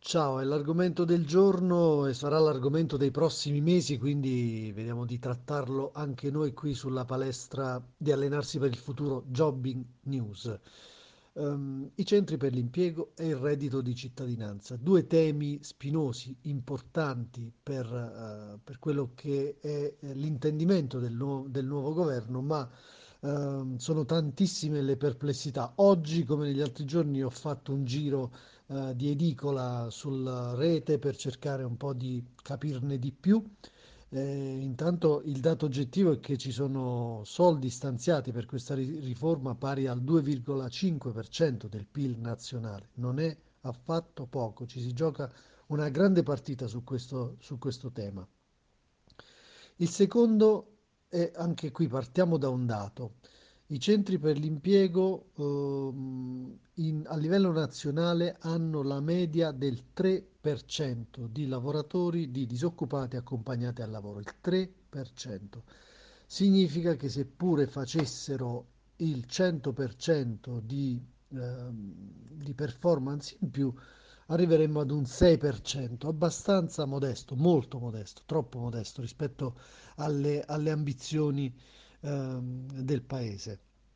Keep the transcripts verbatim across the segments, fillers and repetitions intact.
Ciao, è l'argomento del giorno e sarà l'argomento dei prossimi mesi, quindi vediamo di trattarlo anche noi qui sulla palestra di Allenarsi per il Futuro Jobbing News. Ehm, i centri per l'impiego e il reddito di cittadinanza, due temi spinosi, importanti per, eh, per quello che è eh, l'intendimento del, nuo- del nuovo governo, ma ehm, sono tantissime le perplessità. Oggi, come negli altri giorni, ho fatto un giro eh, di edicola sulla rete per cercare un po' di capirne di più. Eh, intanto il dato oggettivo è che ci sono soldi stanziati per questa ri- riforma pari al due virgola cinque per cento del P I L nazionale. Non è affatto poco, ci si gioca una grande partita su questo, su questo tema. Il secondo è anche qui partiamo da un dato. I centri per l'impiego ehm, in- a livello nazionale hanno la media del tre per cento di lavoratori, di disoccupati accompagnati al lavoro, il tre per cento. Significa che seppure facessero il cento per cento di, ehm, di performance in più, arriveremmo ad un sei per cento, abbastanza modesto, molto modesto, troppo modesto rispetto alle, alle ambizioni ehm, del paese.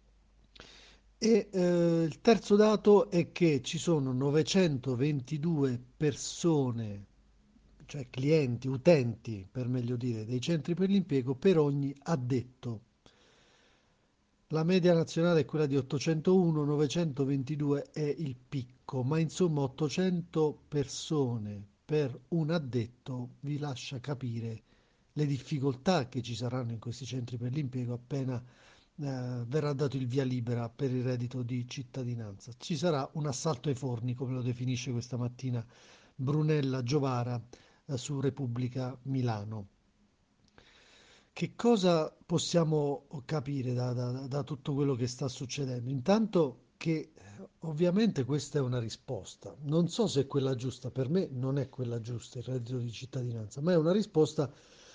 E eh, il terzo dato è che ci sono novecentoventidue persone, cioè clienti, utenti per meglio dire, dei centri per l'impiego per ogni addetto. La media nazionale è quella di ottocentouno, novecentoventidue è il picco, ma insomma ottocento persone per un addetto vi lascia capire le difficoltà che ci saranno in questi centri per l'impiego appena eh, verrà dato il via libera per il reddito di cittadinanza. Ci sarà un assalto ai forni, come lo definisce questa mattina Brunella Giovara eh, su Repubblica Milano. Che cosa possiamo capire da, da- da tutto quello che sta succedendo? Intanto che eh, ovviamente questa è una risposta. Non so se è quella giusta, per me non è quella giusta il reddito di cittadinanza, ma è una risposta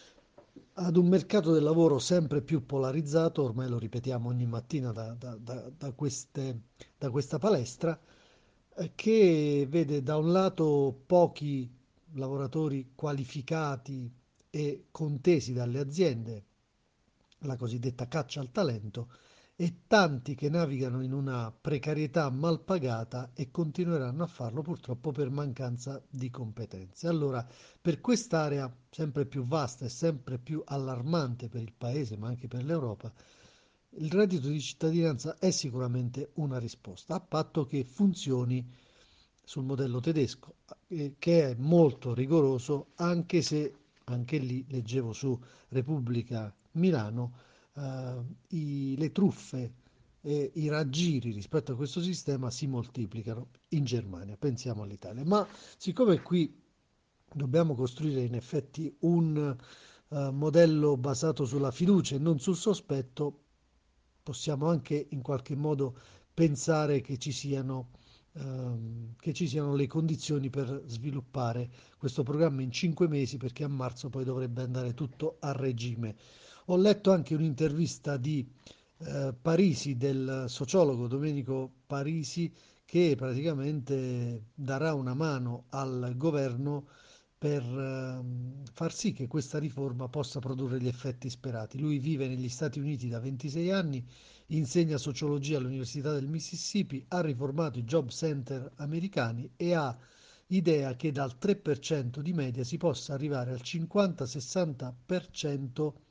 ad un mercato del lavoro sempre più polarizzato, ormai lo ripetiamo ogni mattina da, da- da- da queste- da questa palestra, eh, che vede da un lato pochi lavoratori qualificati e contesi dalle aziende, la cosiddetta caccia al talento, e tanti che navigano in una precarietà mal pagata e continueranno a farlo purtroppo per mancanza di competenze. Allora, per quest'area sempre più vasta e sempre più allarmante per il Paese, ma anche per l'Europa, il reddito di cittadinanza è sicuramente una risposta, a patto che funzioni sul modello tedesco, eh, che è molto rigoroso, anche se anche lì leggevo su Repubblica Milano eh, i- le truffe e i raggiri rispetto a questo sistema si moltiplicano in Germania, pensiamo all'Italia. Ma siccome qui dobbiamo costruire in effetti un eh, modello basato sulla fiducia e non sul sospetto, possiamo anche in qualche modo pensare che ci siano, ehm, che ci siano le condizioni per sviluppare questo programma in cinque mesi, perché a marzo poi dovrebbe andare tutto a regime. Ho letto anche un'intervista di eh, Parisi, del sociologo Domenico Parisi, che praticamente darà una mano al governo per ehm, far sì che questa riforma possa produrre gli effetti sperati. Lui vive negli Stati Uniti da ventisei anni, insegna sociologia all'Università del Mississippi, ha riformato i job center americani e ha idea che dal tre per cento di media si possa arrivare al cinquanta-sessanta per cento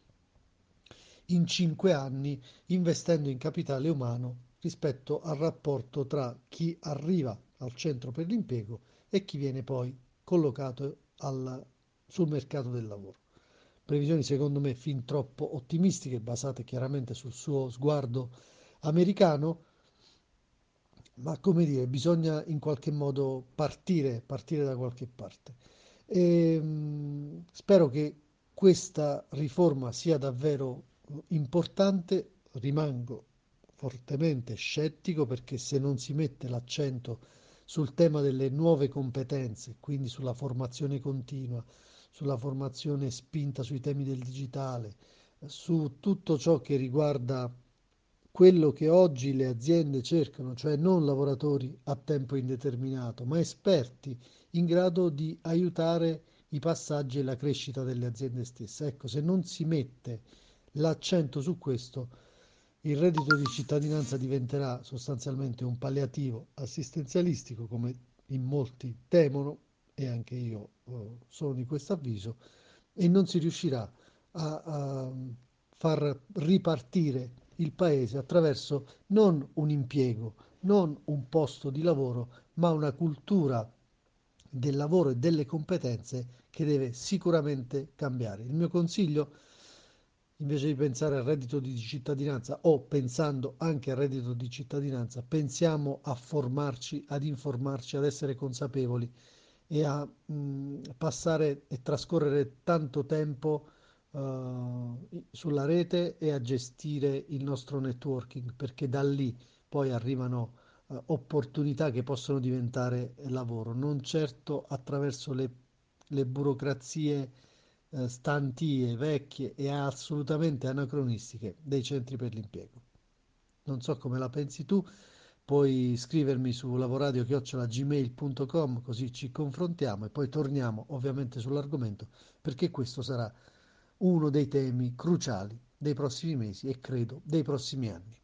in cinque anni investendo in capitale umano rispetto al rapporto tra chi arriva al centro per l'impiego e chi viene poi collocato al- sul mercato del lavoro. Previsioni secondo me fin troppo ottimistiche, basate chiaramente sul suo sguardo americano, ma come dire, bisogna in qualche modo partire, partire da qualche parte. E, mh, spero che questa riforma sia davvero eh, importante. Rimango fortemente scettico perché se non si mette l'accento sul tema delle nuove competenze, quindi sulla formazione continua, sulla formazione spinta sui temi del digitale, su tutto ciò che riguarda quello che oggi le aziende cercano, cioè non lavoratori a tempo indeterminato, ma esperti in grado di aiutare i passaggi e la crescita delle aziende stesse. Ecco, se non si mette l'accento su questo, il reddito di cittadinanza diventerà sostanzialmente un palliativo assistenzialistico, come in molti temono, e anche io eh, sono di questo avviso, e non si riuscirà a, a far ripartire il paese attraverso non un impiego, non un posto di lavoro, ma una cultura del lavoro e delle competenze che deve sicuramente cambiare. Il mio consiglio, invece di pensare al reddito di cittadinanza o pensando anche al reddito di cittadinanza, pensiamo a formarci, ad informarci, ad essere consapevoli e a mh, passare e trascorrere tanto tempo eh, sulla rete e a gestire il nostro networking, perché da lì poi arrivano eh, opportunità che possono diventare lavoro, non certo attraverso le, le burocrazie eh, stantie, vecchie e assolutamente anacronistiche dei centri per l'impiego. Non so come la pensi tu, puoi scrivermi su lavoradio-gmail punto com così ci confrontiamo e poi torniamo ovviamente sull'argomento perché questo sarà uno dei temi cruciali dei prossimi mesi e credo dei prossimi anni.